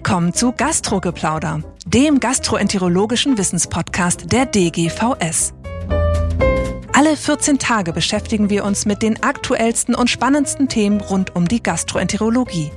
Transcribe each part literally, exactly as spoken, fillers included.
Willkommen zu Gastrogeplauder, dem gastroenterologischen Wissenspodcast der D G V S. Alle vierzehn Tage beschäftigen wir uns mit den aktuellsten und spannendsten Themen rund um die Gastroenterologie.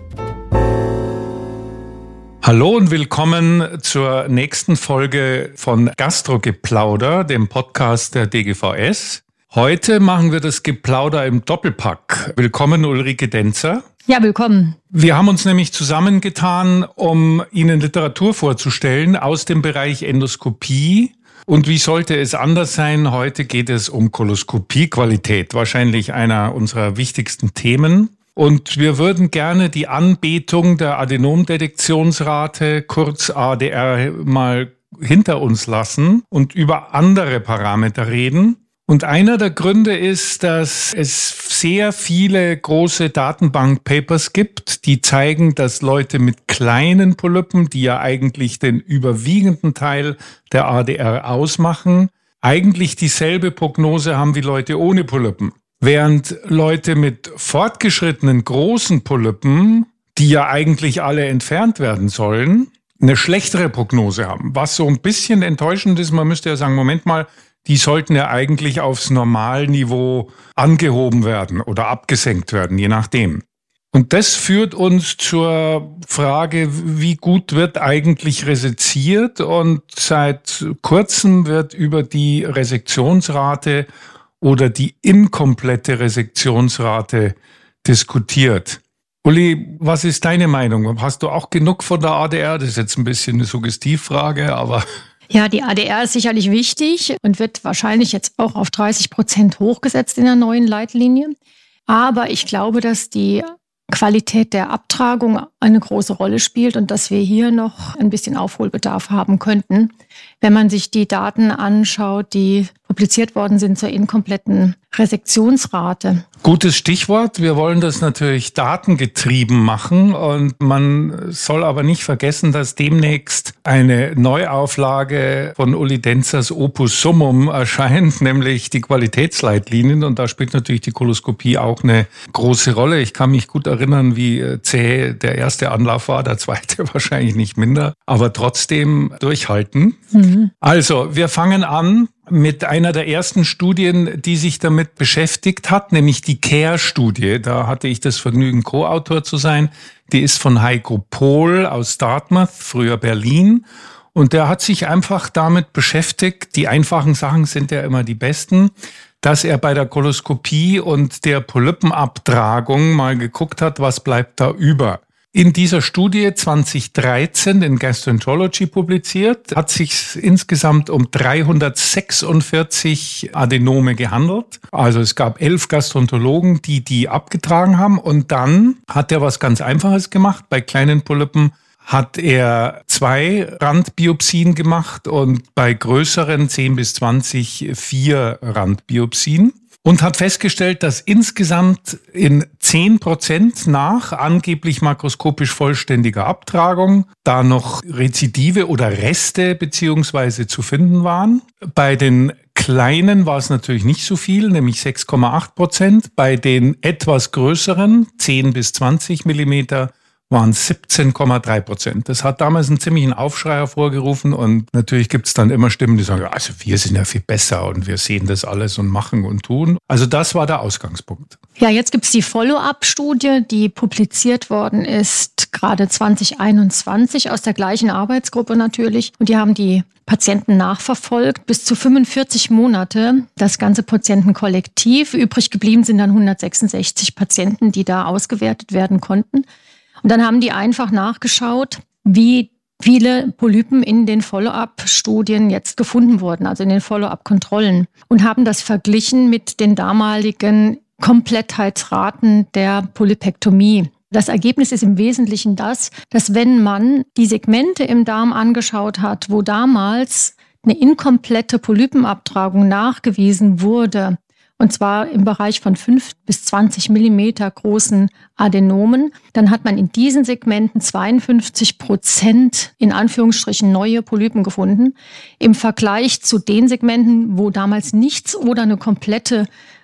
Hallo und willkommen zur nächsten Folge von Gastrogeplauder, dem Podcast der D G V S. Heute machen wir das Geplauder im Doppelpack. Willkommen Ulrike Denzer. Ja, willkommen. Wir haben uns nämlich zusammengetan, um Ihnen Literatur vorzustellen aus dem Bereich Endoskopie. Und wie sollte es anders sein? Heute geht es um Koloskopiequalität, wahrscheinlich einer unserer wichtigsten Themen. Und wir würden gerne die Anbetung der Adenomdetektionsrate, kurz A D R, mal hinter uns lassen und über andere Parameter reden. Und einer der Gründe ist, dass es sehr viele große Datenbank-Papers gibt, die zeigen, dass Leute mit kleinen Polypen, die ja eigentlich den überwiegenden Teil der A D R ausmachen, eigentlich dieselbe Prognose haben wie Leute ohne Polypen. Während Leute mit fortgeschrittenen großen Polypen, die ja eigentlich alle entfernt werden sollen, eine schlechtere Prognose haben. Was so ein bisschen enttäuschend ist, man müsste ja sagen, Moment mal, die sollten ja eigentlich aufs Normalniveau angehoben werden oder abgesenkt werden, je nachdem. Und das führt uns zur Frage, wie gut wird eigentlich reseziert? Und seit kurzem wird über die Resektionsrate oder die inkomplette Resektionsrate diskutiert. Uli, was ist deine Meinung? Hast du auch genug von der A D R? Das ist jetzt ein bisschen eine Suggestivfrage, aber... Ja, die A D R ist sicherlich wichtig und wird wahrscheinlich jetzt auch auf dreißig Prozent hochgesetzt in der neuen Leitlinie. Aber ich glaube, dass die Qualität der Abtragung eine große Rolle spielt und dass wir hier noch ein bisschen Aufholbedarf haben könnten, wenn man sich die Daten anschaut, die publiziert worden sind zur inkompletten Resektionsrate. Gutes Stichwort. Wir wollen das natürlich datengetrieben machen und man soll aber nicht vergessen, dass demnächst eine Neuauflage von Uli Denzers Opus Summum erscheint, nämlich die Qualitätsleitlinien, und da spielt natürlich die Koloskopie auch eine große Rolle. Ich kann mich gut erinnern, wie zäh der erste Anlauf war, der zweite wahrscheinlich nicht minder, aber trotzdem durchhalten. Mhm. Also, wir fangen an mit einer der ersten Studien, die sich damit beschäftigt hat, nämlich die C A R E-Studie. Da hatte ich das Vergnügen, Co-Autor zu sein. Die ist von Heiko Pohl aus Dartmouth, früher Berlin. Und der hat sich einfach damit beschäftigt, die einfachen Sachen sind ja immer die besten, dass er bei der Koloskopie und der Polypenabtragung mal geguckt hat, was bleibt da über. In dieser Studie zwanzig dreizehn in Gastroenterology publiziert, hat sich insgesamt um dreihundertsechsundvierzig Adenome gehandelt. Also es gab elf Gastroenterologen, die die abgetragen haben. Und dann hat er was ganz Einfaches gemacht. Bei kleinen Polypen hat er zwei Randbiopsien gemacht und bei größeren zehn bis zwanzig vier Randbiopsien. Und hat festgestellt, dass insgesamt in zehn Prozent nach angeblich makroskopisch vollständiger Abtragung da noch Rezidive oder Reste beziehungsweise zu finden waren. Bei den kleinen war es natürlich nicht so viel, nämlich sechs Komma acht Prozent. Bei den etwas größeren, zehn bis zwanzig Millimeter, waren siebzehn Komma drei Prozent. Das hat damals einen ziemlichen Aufschrei hervorgerufen und natürlich gibt es dann immer Stimmen, die sagen, also wir sind ja viel besser und wir sehen das alles und machen und tun. Also das war der Ausgangspunkt. Ja, jetzt gibt es die Follow-up-Studie, die publiziert worden ist, gerade zwanzig einundzwanzig, aus der gleichen Arbeitsgruppe natürlich. Und die haben die Patienten nachverfolgt, bis zu fünfundvierzig Monate, das ganze Patientenkollektiv. Übrig geblieben sind dann hundertsechsundsechzig Patienten, die da ausgewertet werden konnten. Und dann haben die einfach nachgeschaut, wie viele Polypen in den Follow-up-Studien jetzt gefunden wurden, also in den Follow-up-Kontrollen, und haben das verglichen mit den damaligen Komplettheitsraten der Polypektomie. Das Ergebnis ist im Wesentlichen das, dass wenn man die Segmente im Darm angeschaut hat, wo damals eine inkomplette Polypenabtragung nachgewiesen wurde, und zwar im Bereich von fünf bis zwanzig Millimeter großen Adenomen, dann hat man in diesen Segmenten zweiundfünfzig Prozent in Anführungsstrichen neue Polypen gefunden. Im Vergleich zu den Segmenten, wo damals nichts oder eine komplette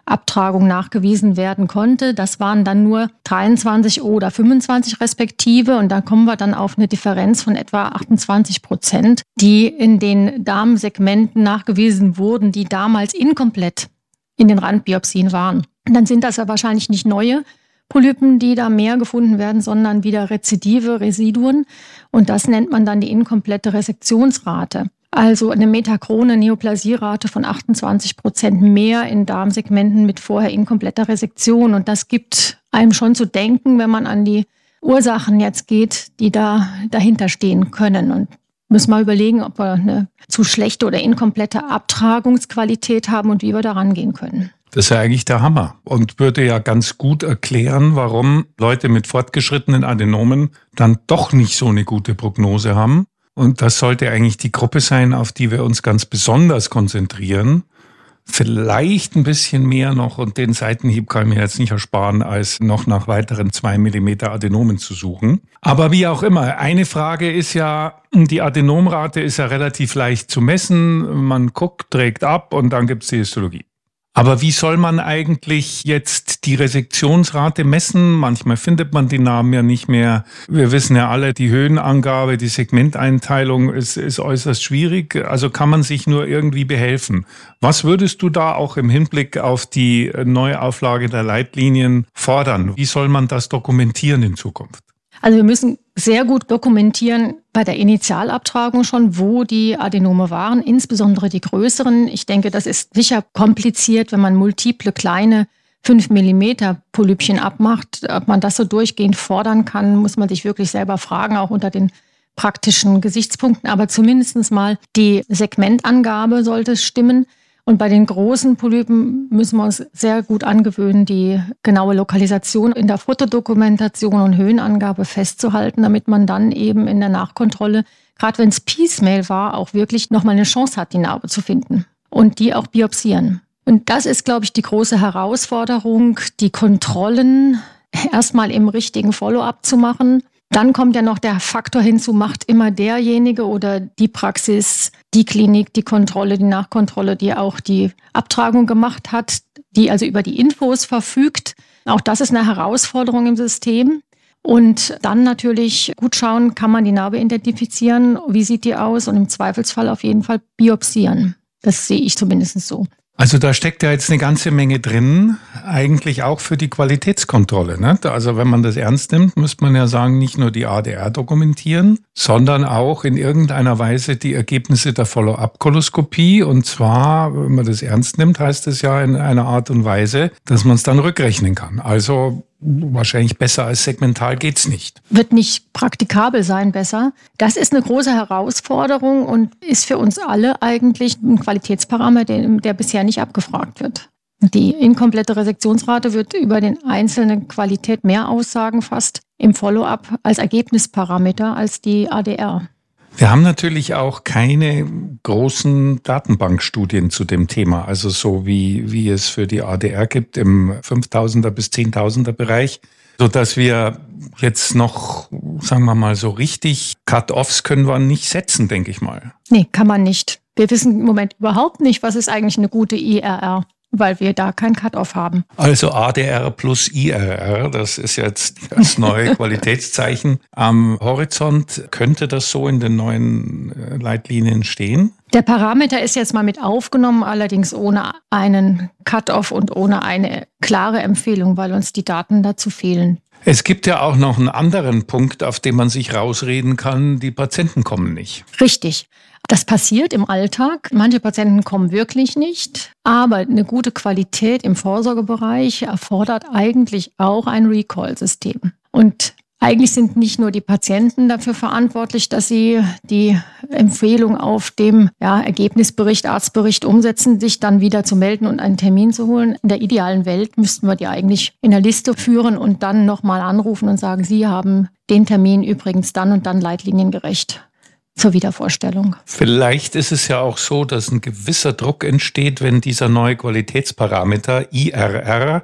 Abtragung nachgewiesen werden konnte. Das waren dann nur dreiundzwanzig oder fünfundzwanzig respektive. Und da kommen wir dann auf eine Differenz von etwa achtundzwanzig Prozent, die in den Darmsegmenten nachgewiesen wurden, die damals inkomplett in den Randbiopsien waren. Und dann sind das ja wahrscheinlich nicht neue Polypen, die da mehr gefunden werden, sondern wieder Rezidive, Residuen. Und das nennt man dann die inkomplette Resektionsrate. Also eine metakrone Neoplasierate von achtundzwanzig Prozent mehr in Darmsegmenten mit vorher inkompletter Resektion. Und das gibt einem schon zu denken, wenn man an die Ursachen jetzt geht, die da dahinter stehen können. Und müssen wir überlegen, ob wir eine zu schlechte oder inkomplette Abtragungsqualität haben und wie wir da rangehen können. Das ist ja eigentlich der Hammer und würde ja ganz gut erklären, warum Leute mit fortgeschrittenen Adenomen dann doch nicht so eine gute Prognose haben. Und das sollte eigentlich die Gruppe sein, auf die wir uns ganz besonders konzentrieren. Vielleicht ein bisschen mehr noch, und den Seitenhieb kann ich mir jetzt nicht ersparen, als noch nach weiteren zwei Millimeter Adenomen zu suchen. Aber wie auch immer, eine Frage ist ja, die Adenomrate ist ja relativ leicht zu messen. Man guckt, trägt ab und dann gibt es die Histologie. Aber wie soll man eigentlich jetzt die Resektionsrate messen? Manchmal findet man die Namen ja nicht mehr. Wir wissen ja alle, die Höhenangabe, die Segmenteinteilung ist, ist äußerst schwierig. Also kann man sich nur irgendwie behelfen. Was würdest du da auch im Hinblick auf die Neuauflage der Leitlinien fordern? Wie soll man das dokumentieren in Zukunft? Also wir müssen sehr gut dokumentieren bei der Initialabtragung schon, wo die Adenome waren, insbesondere die größeren. Ich denke, das ist sicher kompliziert, wenn man multiple kleine fünf Millimeter Polypchen abmacht. Ob man das so durchgehend fordern kann, muss man sich wirklich selber fragen, auch unter den praktischen Gesichtspunkten. Aber zumindest mal die Segmentangabe sollte stimmen. Und bei den großen Polypen müssen wir uns sehr gut angewöhnen, die genaue Lokalisation in der Fotodokumentation und Höhenangabe festzuhalten, damit man dann eben in der Nachkontrolle, gerade wenn es piecemeal war, auch wirklich nochmal eine Chance hat, die Narbe zu finden und die auch biopsieren. Und das ist, glaube ich, die große Herausforderung, die Kontrollen erstmal im richtigen Follow-up zu machen. Dann kommt ja noch der Faktor hinzu, macht immer derjenige oder die Praxis, die Klinik, die Kontrolle, die Nachkontrolle, die auch die Abtragung gemacht hat, die also über die Infos verfügt. Auch das ist eine Herausforderung im System. Und dann natürlich gut schauen, kann man die Narbe identifizieren, wie sieht die aus und im Zweifelsfall auf jeden Fall biopsieren. Das sehe ich zumindest so. Also da steckt ja jetzt eine ganze Menge drin, eigentlich auch für die Qualitätskontrolle, ne? Also wenn man das ernst nimmt, müsste man ja sagen, nicht nur die A D R dokumentieren, sondern auch in irgendeiner Weise die Ergebnisse der Follow-up-Koloskopie. Und zwar, wenn man das ernst nimmt, heißt es ja in einer Art und Weise, dass man es dann rückrechnen kann. Also wahrscheinlich besser als segmental geht's nicht. Wird nicht praktikabel sein, besser. Das ist eine große Herausforderung und ist für uns alle eigentlich ein Qualitätsparameter, der, der bisher nicht abgefragt wird. Die inkomplette Resektionsrate wird über den einzelnen Qualität mehr aussagen, fast im Follow-up als Ergebnisparameter als die A D R. Wir haben natürlich auch keine großen Datenbankstudien zu dem Thema, also so wie, wie es für die A D R gibt im fünftausender bis zehntausender Bereich, sodass wir jetzt noch, sagen wir mal so richtig, Cut-Offs können wir nicht setzen, denke ich mal. Nee, kann man nicht. Wir wissen im Moment überhaupt nicht, was ist eigentlich eine gute I R R. Weil wir da kein Cut-Off haben. Also A D R plus I R R, das ist jetzt das neue Qualitätszeichen am Horizont. Könnte das so in den neuen Leitlinien stehen? Der Parameter ist jetzt mal mit aufgenommen, allerdings ohne einen Cut-Off und ohne eine klare Empfehlung, weil uns die Daten dazu fehlen. Es gibt ja auch noch einen anderen Punkt, auf den man sich rausreden kann, die Patienten kommen nicht. Richtig. Das passiert im Alltag. Manche Patienten kommen wirklich nicht. Aber eine gute Qualität im Vorsorgebereich erfordert eigentlich auch ein Recall-System. Und eigentlich sind nicht nur die Patienten dafür verantwortlich, dass sie die Empfehlung auf dem ja, Ergebnisbericht, Arztbericht umsetzen, sich dann wieder zu melden und einen Termin zu holen. In der idealen Welt müssten wir die eigentlich in der Liste führen und dann nochmal anrufen und sagen, Sie haben den Termin übrigens dann und dann leitliniengerecht zur Wiedervorstellung. Vielleicht ist es ja auch so, dass ein gewisser Druck entsteht, wenn dieser neue Qualitätsparameter I R R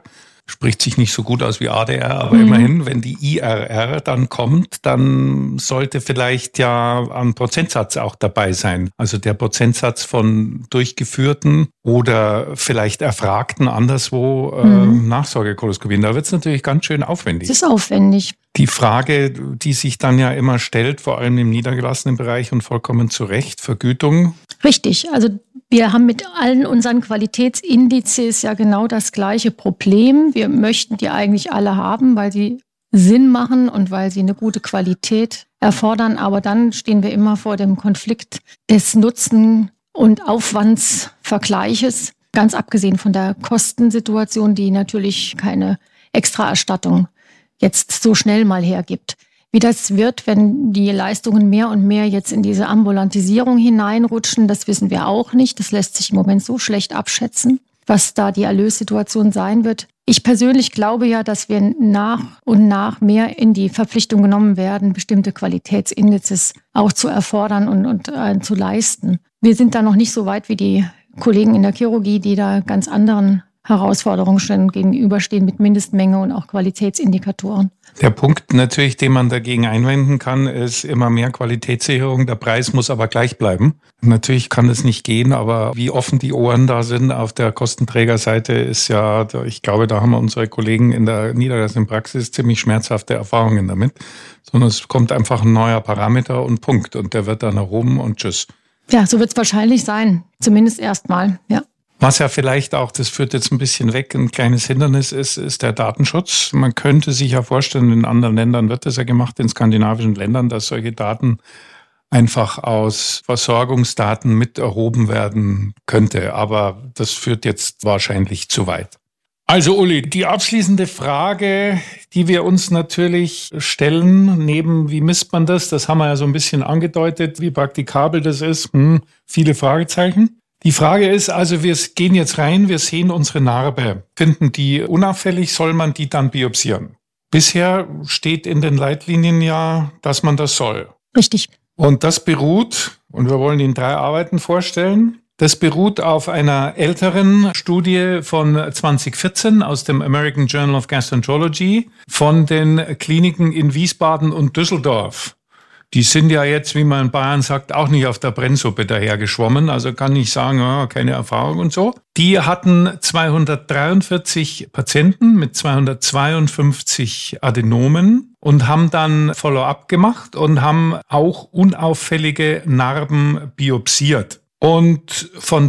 Spricht sich nicht so gut aus wie A D R, aber Mhm. immerhin, wenn die I R R dann kommt, dann sollte vielleicht ja ein Prozentsatz auch dabei sein. Also der Prozentsatz von durchgeführten oder vielleicht erfragten anderswo äh, Mhm. Nachsorgekoloskopien. Da wird es natürlich ganz schön Es aufwendig. ist aufwendig. Die Frage, die sich dann ja immer stellt, vor allem im niedergelassenen Bereich und vollkommen zu Recht, Vergütung. Richtig. Also wir haben mit allen unseren Qualitätsindizes ja genau das gleiche Problem. Wir möchten die eigentlich alle haben, weil sie Sinn machen und weil sie eine gute Qualität erfordern. Aber dann stehen wir immer vor dem Konflikt des Nutzen- und Aufwandsvergleiches. Ganz abgesehen von der Kostensituation, die natürlich keine Extraerstattung jetzt so schnell mal hergibt. Wie das wird, wenn die Leistungen mehr und mehr jetzt in diese Ambulantisierung hineinrutschen, das wissen wir auch nicht. Das lässt sich im Moment so schlecht abschätzen, was da die Erlössituation sein wird. Ich persönlich glaube ja, dass wir nach und nach mehr in die Verpflichtung genommen werden, bestimmte Qualitätsindizes auch zu erfordern und, und äh, zu leisten. Wir sind da noch nicht so weit wie die Kollegen in der Chirurgie, die da ganz anderen Herausforderungen schon gegenüberstehen mit Mindestmenge und auch Qualitätsindikatoren. Der Punkt natürlich, den man dagegen einwenden kann, ist immer mehr Qualitätssicherung. Der Preis muss aber gleich bleiben. Natürlich kann es nicht gehen, aber wie offen die Ohren da sind auf der Kostenträgerseite ist ja, ich glaube, da haben wir unsere Kollegen in der niedergelassenen Praxis ziemlich schmerzhafte Erfahrungen damit. Sondern es kommt einfach ein neuer Parameter und Punkt. Und der wird dann erhoben und tschüss. Ja, so wird es wahrscheinlich sein. Zumindest erstmal, ja. Was ja vielleicht auch, das führt jetzt ein bisschen weg, ein kleines Hindernis ist, ist der Datenschutz. Man könnte sich ja vorstellen, in anderen Ländern wird das ja gemacht, in skandinavischen Ländern, dass solche Daten einfach aus Versorgungsdaten mit erhoben werden könnte. Aber das führt jetzt wahrscheinlich zu weit. Also Uli, die abschließende Frage, die wir uns natürlich stellen, neben wie misst man das, das haben wir ja so ein bisschen angedeutet, wie praktikabel das ist, hm, viele Fragezeichen. Die Frage ist also, wir gehen jetzt rein, wir sehen unsere Narbe, finden die unauffällig, soll man die dann biopsieren? Bisher steht in den Leitlinien ja, dass man das soll. Richtig. Und das beruht, und wir wollen Ihnen drei Arbeiten vorstellen, das beruht auf einer älteren Studie von zwanzig vierzehn aus dem American Journal of Gastroenterology von den Kliniken in Wiesbaden und Düsseldorf. Die sind ja jetzt, wie man in Bayern sagt, auch nicht auf der Brennsuppe dahergeschwommen. Also kann ich sagen, ja, keine Erfahrung und so. Die hatten zweihundertdreiundvierzig Patienten mit zweihundertzweiundfünfzig Adenomen und haben dann Follow-up gemacht und haben auch unauffällige Narben biopsiert. Und von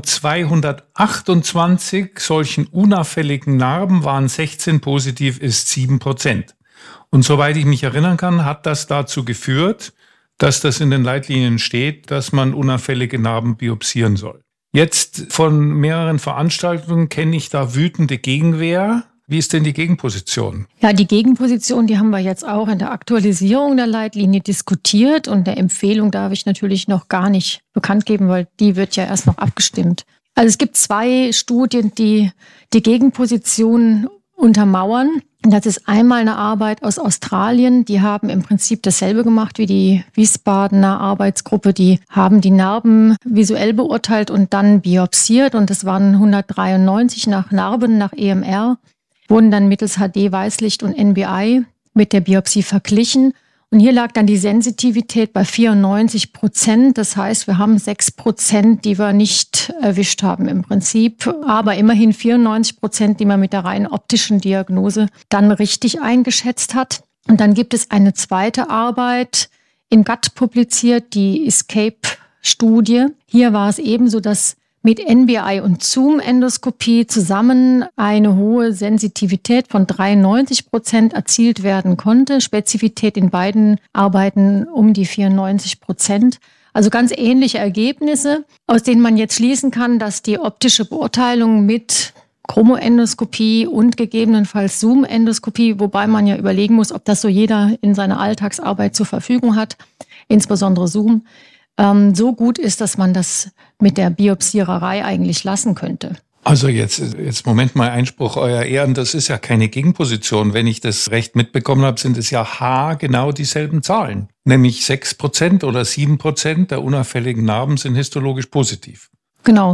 zweihundertachtundzwanzig solchen unauffälligen Narben waren sechzehn positiv, ist sieben Prozent. Und soweit ich mich erinnern kann, hat das dazu geführt, dass das in den Leitlinien steht, dass man unauffällige Narben biopsieren soll. Jetzt von mehreren Veranstaltungen kenne ich da wütende Gegenwehr. Wie ist denn die Gegenposition? Ja, die Gegenposition, die haben wir jetzt auch in der Aktualisierung der Leitlinie diskutiert und der Empfehlung darf ich natürlich noch gar nicht bekannt geben, weil die wird ja erst noch abgestimmt. Also es gibt zwei Studien, die die Gegenposition untermauern. Das ist einmal eine Arbeit aus Australien. Die haben im Prinzip dasselbe gemacht wie die Wiesbadener Arbeitsgruppe. Die haben die Narben visuell beurteilt und dann biopsiert. Und das waren hundertdreiundneunzig nach Narben, nach E M R. Wurden dann mittels H D-Weißlicht und N B I mit der Biopsie verglichen. Und hier lag dann die Sensitivität bei vierundneunzig Prozent. Das heißt, wir haben sechs Prozent, die wir nicht erwischt haben im Prinzip. Aber immerhin vierundneunzig Prozent, die man mit der rein optischen Diagnose dann richtig eingeschätzt hat. Und dann gibt es eine zweite Arbeit in Gut publiziert, die ESCAPE-Studie. Hier war es ebenso, dass mit N B I und Zoom-Endoskopie zusammen eine hohe Sensitivität von dreiundneunzig Prozent erzielt werden konnte. Spezifität in beiden Arbeiten um die vierundneunzig Prozent. Also ganz ähnliche Ergebnisse, aus denen man jetzt schließen kann, dass die optische Beurteilung mit Chromoendoskopie und gegebenenfalls Zoom-Endoskopie, wobei man ja überlegen muss, ob das so jeder in seiner Alltagsarbeit zur Verfügung hat, insbesondere Zoom, ähm, so gut ist, dass man das mit der Biopsiererei eigentlich lassen könnte. Also jetzt, jetzt Moment mal, Einspruch, Euer Ehren, das ist ja keine Gegenposition. Wenn ich das recht mitbekommen habe, sind es ja haargenau dieselben Zahlen. Nämlich sechs Prozent oder sieben Prozent der unauffälligen Narben sind histologisch positiv. Genau.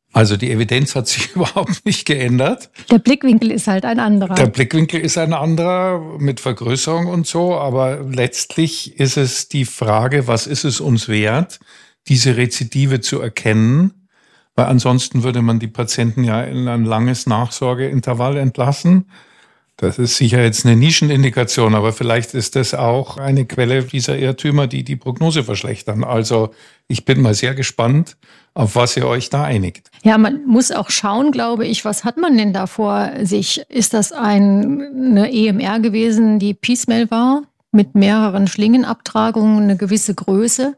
Also die Evidenz hat sich überhaupt nicht geändert. Der Blickwinkel ist halt ein anderer. Der Blickwinkel ist ein anderer mit Vergrößerung und so, aber letztlich ist es die Frage, was ist es uns wert, diese Rezidive zu erkennen, weil ansonsten würde man die Patienten ja in ein langes Nachsorgeintervall entlassen. Das ist sicher jetzt eine Nischenindikation, aber vielleicht ist das auch eine Quelle dieser Irrtümer, die die Prognose verschlechtern. Also ich bin mal sehr gespannt, auf was ihr euch da einigt. Ja, man muss auch schauen, glaube ich, was hat man denn da vor sich? Ist das ein, eine E M R gewesen, die piecemeal war, mit mehreren Schlingenabtragungen, eine gewisse Größe?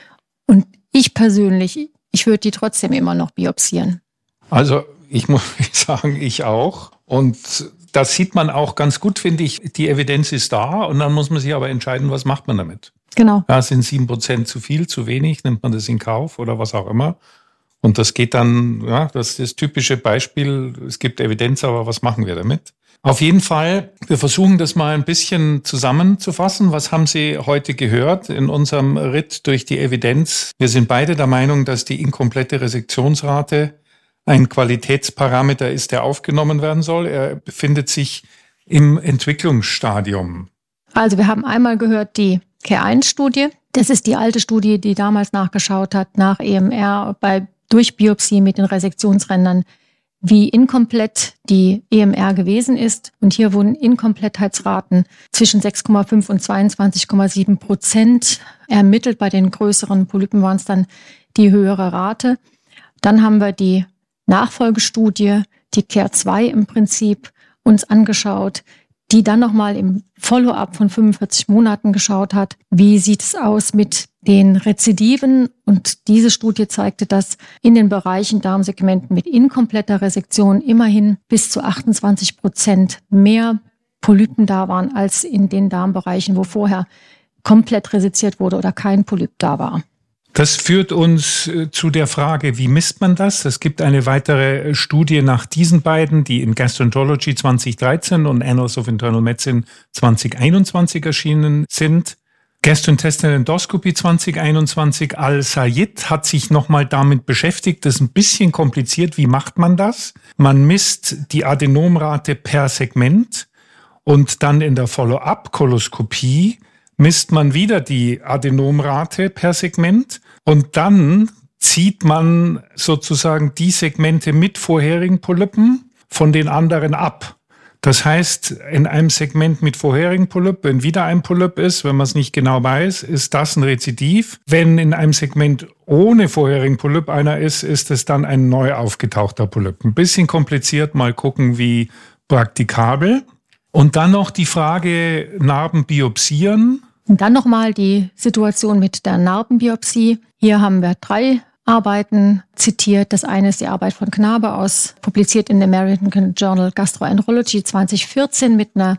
Und ich persönlich, ich würde die trotzdem immer noch biopsieren. Also ich muss sagen, ich auch. Und das sieht man auch ganz gut, finde ich. Die Evidenz ist da und dann muss man sich aber entscheiden, was macht man damit. Genau. Ja, sind sieben Prozent zu viel, zu wenig? Nimmt man das in Kauf oder was auch immer? Und das geht dann, ja, das ist das typische Beispiel. Es gibt Evidenz, aber was machen wir damit? Auf jeden Fall, wir versuchen das mal ein bisschen zusammenzufassen. Was haben Sie heute gehört in unserem Ritt durch die Evidenz? Wir sind beide der Meinung, dass die inkomplette Resektionsrate ein Qualitätsparameter ist, der aufgenommen werden soll. Er befindet sich im Entwicklungsstadium. Also wir haben einmal gehört die C A R eins Studie. Das ist die alte Studie, die damals nachgeschaut hat, nach E M R bei durch Biopsie mit den Resektionsrändern, wie inkomplett die E M R gewesen ist. Und hier wurden Inkomplettheitsraten zwischen sechs Komma fünf und zweiundzwanzig Komma sieben Prozent ermittelt. Bei den größeren Polypen waren es dann die höhere Rate. Dann haben wir die Nachfolgestudie, die C A R zwei im Prinzip, uns angeschaut, die dann nochmal im Follow-up von fünfundvierzig Monaten geschaut hat, wie sieht es aus mit den Rezidiven. Und diese Studie zeigte, dass in den Bereichen Darmsegmenten mit inkompletter Resektion immerhin bis zu achtundzwanzig Prozent mehr Polypen da waren, als in den Darmbereichen, wo vorher komplett reseziert wurde oder kein Polyp da war. Das führt uns zu der Frage, wie misst man das? Es gibt eine weitere Studie nach diesen beiden, die in Gastroenterology zwanzig dreizehn und Annals of Internal Medicine zwanzig einundzwanzig erschienen sind. Gastrointestinal Endoscopy zwanzig einundzwanzig, Al-Sayed hat sich nochmal damit beschäftigt. Das ist ein bisschen kompliziert. Wie macht man das? Man misst die Adenomrate per Segment und dann in der Follow-up-Koloskopie misst man wieder die Adenomrate per Segment und dann zieht man sozusagen die Segmente mit vorherigen Polypen von den anderen ab. Das heißt, in einem Segment mit vorherigen Polyp, wenn wieder ein Polyp ist, wenn man es nicht genau weiß, ist das ein Rezidiv. Wenn in einem Segment ohne vorherigen Polyp einer ist, ist es dann ein neu aufgetauchter Polyp. Ein bisschen kompliziert, mal gucken, wie praktikabel. Und dann noch die Frage Narben biopsieren. Und dann nochmal die Situation mit der Narbenbiopsie. Hier haben wir drei Arbeiten zitiert. Das eine ist die Arbeit von Knabe aus, publiziert in der American Journal Gastroenterology zwanzig vierzehn mit einer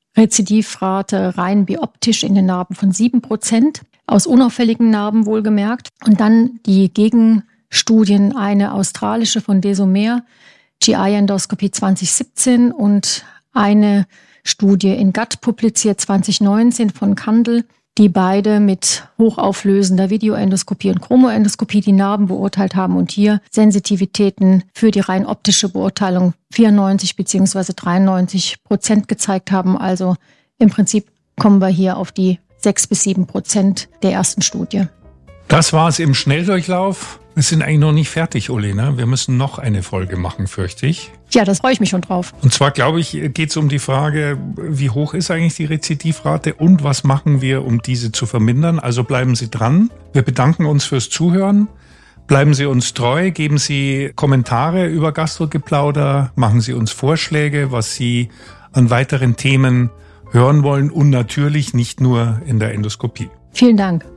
Rezidivrate rein bioptisch in den Narben von sieben Prozent, aus unauffälligen Narben wohlgemerkt. Und dann die Gegenstudien, eine australische von Desomer, G I-Endoskopie zwanzig siebzehn und eine Studie in Gut publiziert zwanzig neunzehn von Kandel, die beide mit hochauflösender Videoendoskopie und Chromoendoskopie die Narben beurteilt haben und hier Sensitivitäten für die rein optische Beurteilung vierundneunzig bzw. dreiundneunzig Prozent gezeigt haben. Also im Prinzip kommen wir hier auf die sechs bis sieben Prozent der ersten Studie. Das war es im Schnelldurchlauf. Wir sind eigentlich noch nicht fertig, Uli, ne? Wir müssen noch eine Folge machen, fürchte ich. Ja, das freue ich mich schon drauf. Und zwar, glaube ich, geht es um die Frage, wie hoch ist eigentlich die Rezidivrate und was machen wir, um diese zu vermindern? Also bleiben Sie dran. Wir bedanken uns fürs Zuhören. Bleiben Sie uns treu, geben Sie Kommentare über Gastrogeplauder, machen Sie uns Vorschläge, was Sie an weiteren Themen hören wollen und natürlich nicht nur in der Endoskopie. Vielen Dank.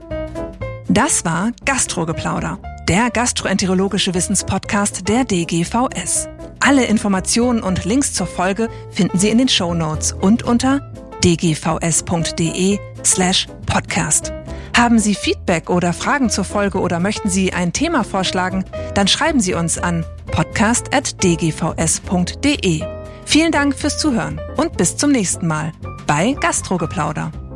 Das war Gastrogeplauder, der gastroenterologische Wissenspodcast der D G V S. Alle Informationen und Links zur Folge finden Sie in den Shownotes und unter dgvs.de slash podcast. Haben Sie Feedback oder Fragen zur Folge oder möchten Sie ein Thema vorschlagen, dann schreiben Sie uns an podcast at dgvs.de. Vielen Dank fürs Zuhören und bis zum nächsten Mal bei Gastrogeplauder.